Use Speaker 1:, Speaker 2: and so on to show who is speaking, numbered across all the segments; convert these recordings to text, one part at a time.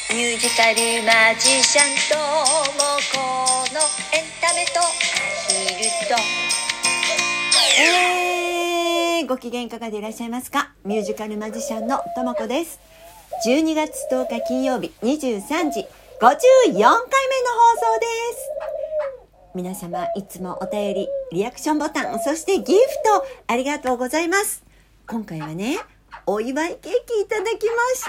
Speaker 1: ミュージカルマジシャンともこのエンタメとヒルと
Speaker 2: ご機嫌いかがでいらっしゃいますか。ミュージカルマジシャンのともこです。12月10日金曜日23時54回目の放送です。皆様いつもお便り、リアクションボタン、そしてギフトありがとうございます。今回はね、お祝いケーキいただきました。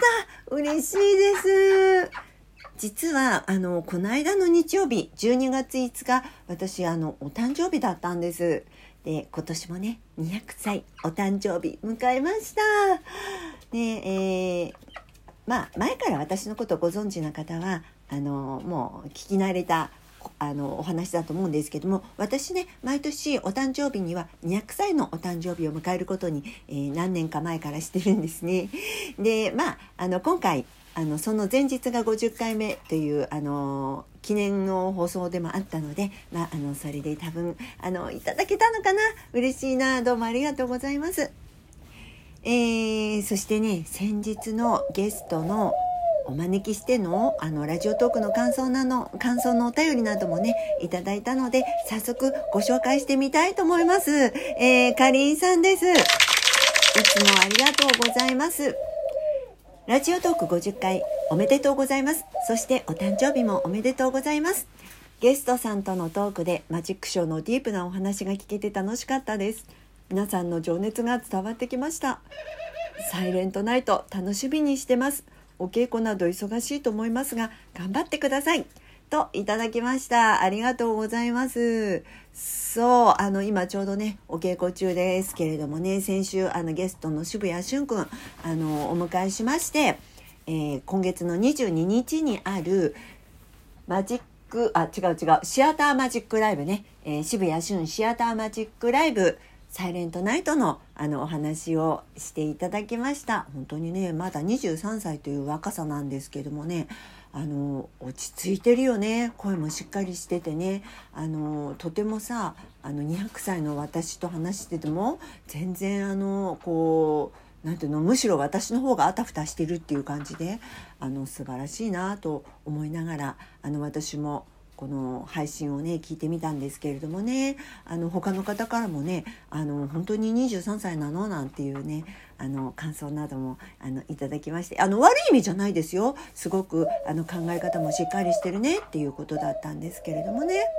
Speaker 2: 嬉しいです。実はこの間の日曜日12月5日私お誕生日だったんです。で今年もね200歳お誕生日迎えました。で、前から私のことをご存知な方はもう聞き慣れたお話だと思うんですけども、私ね毎年お誕生日には200歳のお誕生日を迎えることに、何年か前からしてるんですね。で今回その前日が50回目という記念の放送でもあったので、それで多分いただけたのかな。嬉しいな。どうもありがとうございます。そしてね、先日のゲストのお招きしてのラジオトークの感想のお便りなどもねいただいたので、早速ご紹介してみたいと思います。かりんさんです。いつもありがとうございます。ラジオトーク50回おめでとうございます。そしてお誕生日もおめでとうございます。ゲストさんとのトークでマジックショーのディープなお話が聞けて楽しかったです。皆さんの情熱が伝わってきました。サイレントナイト楽しみにしてます。お稽古など忙しいと思いますが頑張ってくださいといただきました。ありがとうございます。そう、今ちょうどねお稽古中ですけれどもね、先週ゲストの渋谷俊くんお迎えしまして、今月の22日にあるシアターマジックライブね、渋谷俊シアターマジックライブサイレントナイトのお話をしていただきました。本当にねまだ23歳という若さなんですけどもね、落ち着いてるよね。声もしっかりしててね、とてもさ200歳の私と話してても全然なんていうの、むしろ私の方があたふたしてるっていう感じで素晴らしいなと思いながら私もこの配信をね聞いてみたんですけれどもね、他の方からもね本当に23歳なのなんていうね感想などもいただきまして、悪い意味じゃないですよ。すごく考え方もしっかりしてるねっていうことだったんですけれどもね、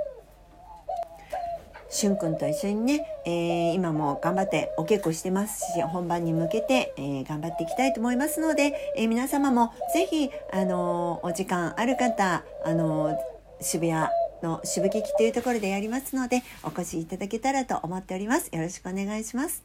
Speaker 2: しゅんくんと一緒にね、今も頑張ってお稽古してますし、本番に向けて、頑張っていきたいと思いますので、皆様もぜひお時間ある方渋谷の渋劇というところでやりますのでお越しいただけたらと思っております。よろしくお願いします。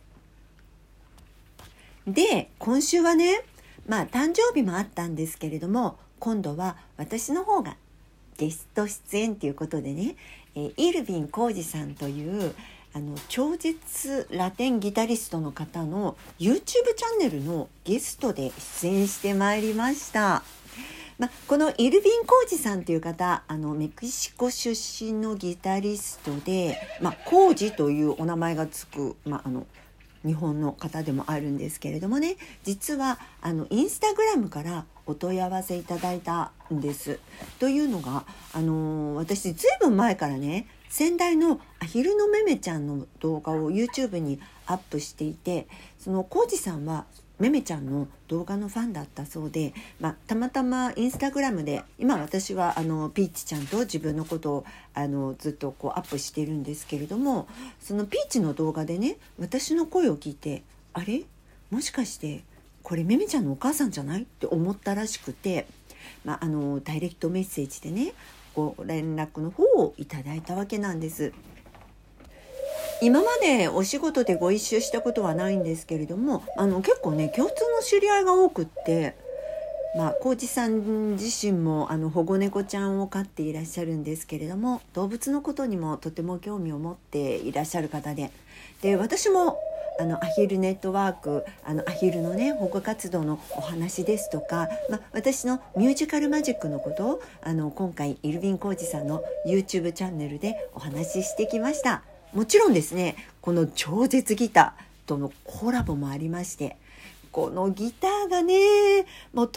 Speaker 2: で今週はね誕生日もあったんですけれども、今度は私の方がゲスト出演ということでね、イルビン浩二さんという超絶ラテンギタリストの方の YouTube チャンネルのゲストで出演してまいりました。このイルビン・コージさんという方メキシコ出身のギタリストで、コージというお名前がつく、日本の方でもあるんですけれどもね、実はインスタグラムからお問い合わせいただいたんです。というのが私ずいぶん前からね先代のアヒルのめめちゃんの動画を YouTube にアップしていて、そのコージさんはめめちゃんの動画のファンだったそうで、たまたまインスタグラムで今私はピーチちゃんと自分のことをずっとアップしてるんですけれども、そのピーチの動画でね私の声を聞いて、あれもしかしてこれめめちゃんのお母さんじゃないって思ったらしくて、ダイレクトメッセージでねご連絡の方をいただいたわけなんです。今までお仕事でご一緒したことはないんですけれども結構ね共通の知り合いが多くって、浩二さん自身も保護猫ちゃんを飼っていらっしゃるんですけれども、動物のことにもとても興味を持っていらっしゃる方で、私もアヒルネットワークアヒルのね保護活動のお話ですとか、私のミュージカルマジックのことを今回イルビン・コージさんの YouTube チャンネルでお話ししてきました。もちろんですねこの超絶ギターとのコラボもありまして、このギターがねもうとって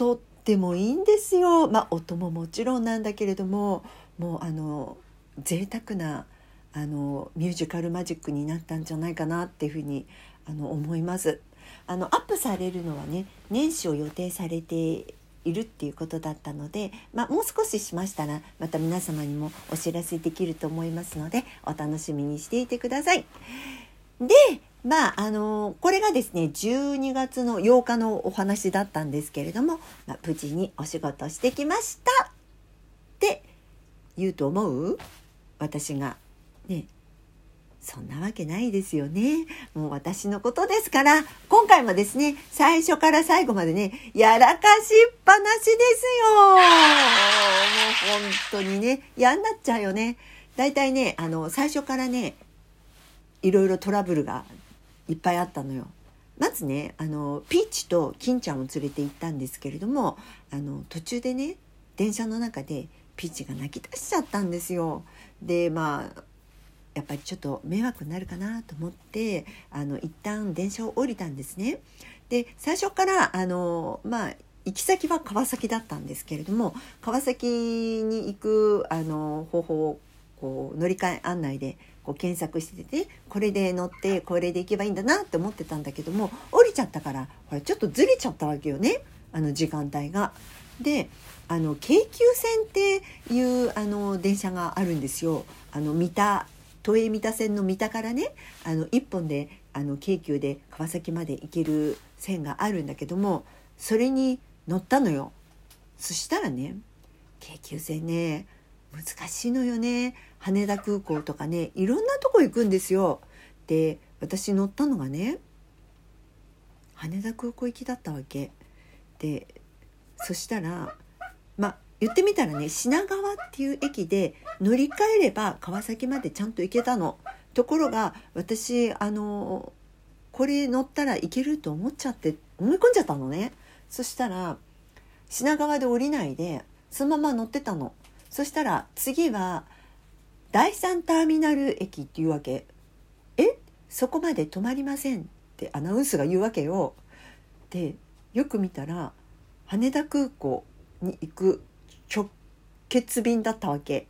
Speaker 2: ってもいいんですよ。音ももちろんなんだけれども、もう贅沢なミュージカルマジックになったんじゃないかなっていうふうに思います。アップされるのはね、年始を予定されているっていうことだったので、もう少ししましたらまた皆様にもお知らせできると思いますので、お楽しみにしていてください。で、これがですね、12月の8日のお話だったんですけれども、無事にお仕事してきましたって言うと思う？私がね、そんなわけないですよね。もう私のことですから、今回もですね、最初から最後までね、やらかしっぱなしですよ。もう本当にね、嫌になっちゃうよね。だいたいね、最初からね、いろいろトラブルがいっぱいあったのよ。まずね、ピーチと金ちゃんを連れて行ったんですけれども、途中でね、電車の中でピーチが泣き出しちゃったんですよ。で、やっぱりちょっと迷惑になるかなと思って一旦電車を降りたんですね。で、最初から行き先は川崎だったんですけれども、川崎に行く方法をこう乗り換え案内でこう検索してて、これで乗ってこれで行けばいいんだなって思ってたんだけども、降りちゃったからこれちょっとずれちゃったわけよね、時間帯が。で、京急線っていう電車があるんですよ。都営三田線の三田からね、一本で京急で川崎まで行ける線があるんだけども、それに乗ったのよ。そしたらね、京急線ね、難しいのよね。羽田空港とかね、いろんなとこ行くんですよ。で、私乗ったのがね、羽田空港行きだったわけで、そしたら言ってみたらね、品川っていう駅で乗り換えれば川崎までちゃんと行けたの。ところが私これ乗ったらいけると思い込んじゃったのね。そしたら品川で降りないでそのまま乗ってたの。そしたら次は第3ターミナル駅っていうわけ。そこまで止まりませんってアナウンスが言うわけよ。で、よく見たら羽田空港に行く直結便だったわけ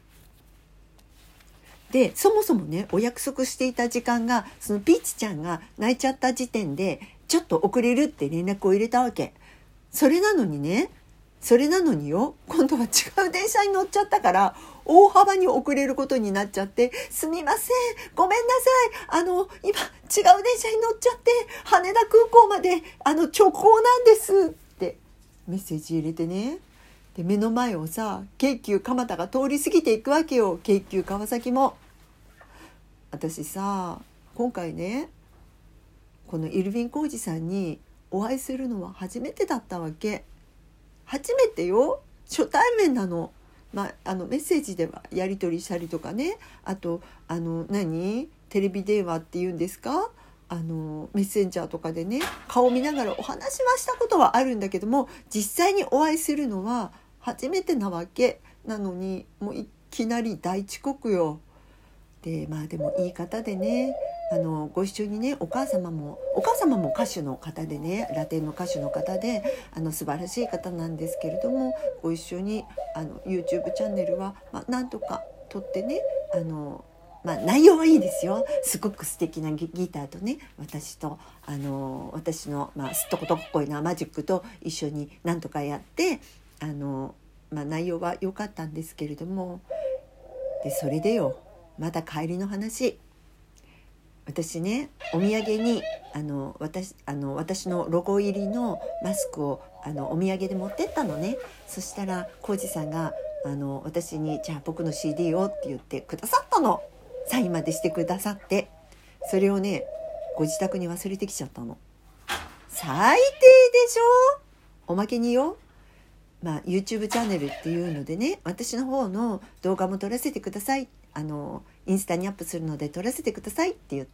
Speaker 2: で、そもそもね、お約束していた時間が、そのピーチちゃんが泣いちゃった時点でちょっと遅れるって連絡を入れたわけ。それなのによ、今度は違う電車に乗っちゃったから大幅に遅れることになっちゃって、すみません、ごめんなさい、今違う電車に乗っちゃって羽田空港まで直行なんですってメッセージ入れてね。で、目の前をさ、京急蒲田が通り過ぎていくわけよ。京急川崎も。私さ、今回ね、このイルヴィン浩二さんにお会いするのは初めてだったわけ。初めてよ、初対面なの。メッセージではやり取りしたりとかね、あとテレビ電話っていうんですか、メッセンジャーとかでね、顔見ながらお話はしたことはあるんだけども、実際にお会いするのは初めてなわけなのに、もういきなり大遅刻よ。で、でもいい方でね、ご一緒にね、お母様も歌手の方でね、ラテンの歌手の方で素晴らしい方なんですけれども、ご一緒にYouTube チャンネルは、なんとか撮ってね、内容はいいですよ。すごく素敵なギターとね、私のすっとことこっこいなマジックと一緒になんとかやって内容は良かったんですけれども、で、それでよ、また帰りの話、私ね、お土産に私のロゴ入りのマスクをお土産で持ってったのね。そしたら浩二さんが私に、じゃあ僕の CD をって言ってくださったの。サインまでしてくださって、それをね、ご自宅に忘れてきちゃったの。最低でしょ。おまけによ、YouTube チャンネルっていうのでね、私の方の動画も撮らせてください、インスタにアップするので撮らせてくださいって言って、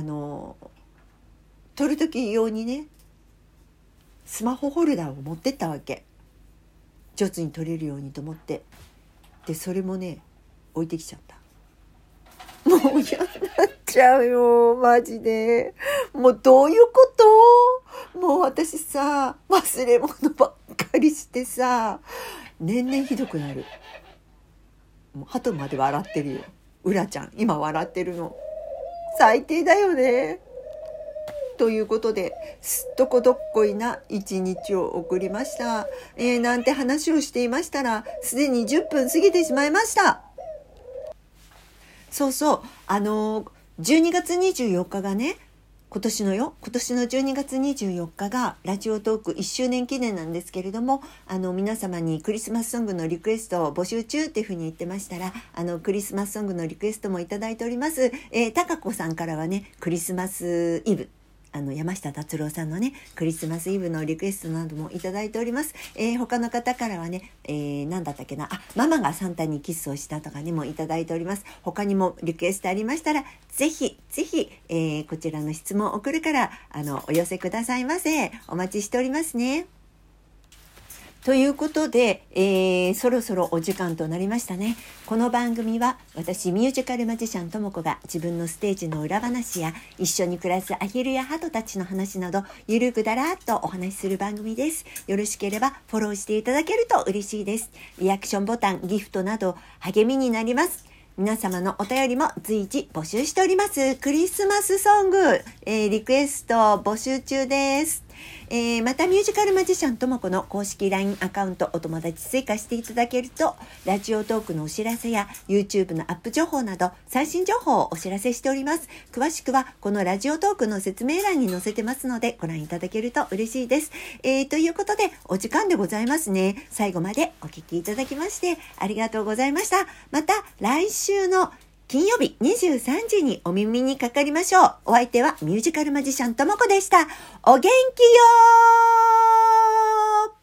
Speaker 2: 撮る時用にね、スマホホルダーを持ってったわけ。上手に撮れるようにと思って。で、それもね、置いてきちゃった。もう嫌になっちゃうよ、マジで。もうどういうこと？もう私さ、忘れ物ばっかりしてさ、年々ひどくなる。もう鳩まで笑ってるよ。うらちゃん今笑ってるの。最低だよね。ということですっとこどっこいな一日を送りました。なんて話をしていましたら、すでに10分過ぎてしまいました。そうそう、12月24日がね、今年の12月24日がラジオトーク1周年記念なんですけれども、皆様にクリスマスソングのリクエストを募集中っていうふうに言ってましたら、クリスマスソングのリクエストもいただいております。たかこさんからはね、クリスマスイブ、山下達郎さんのねクリスマスイブのリクエストなどもいただいております。他の方からはね、何だったっけな、ママがサンタにキスをしたとかねもいただいております。他にもリクエストありましたらぜひぜひ、こちらの質問を送るからお寄せくださいませ。お待ちしておりますね。ということで、そろそろお時間となりましたね。この番組は私ミュージカルマジシャンともこが自分のステージの裏話や一緒に暮らすアヒルやハトたちの話などゆるくだらっとお話しする番組です。よろしければフォローしていただけると嬉しいです。リアクションボタン、ギフトなど励みになります。皆様のお便りも随時募集しております。クリスマスソング、リクエスト募集中です。またミュージカルマジシャンともこの公式 LINE アカウントお友達追加していただけるとラジオトークのお知らせや YouTube のアップ情報など最新情報をお知らせしております。詳しくはこのラジオトークの説明欄に載せてますのでご覧いただけると嬉しいです。ということでお時間でございますね。最後までお聞きいただきましてありがとうございました。また来週の金曜日23時にお耳にかかりましょう。お相手はミュージカルマジシャンともこでした。お元気よー。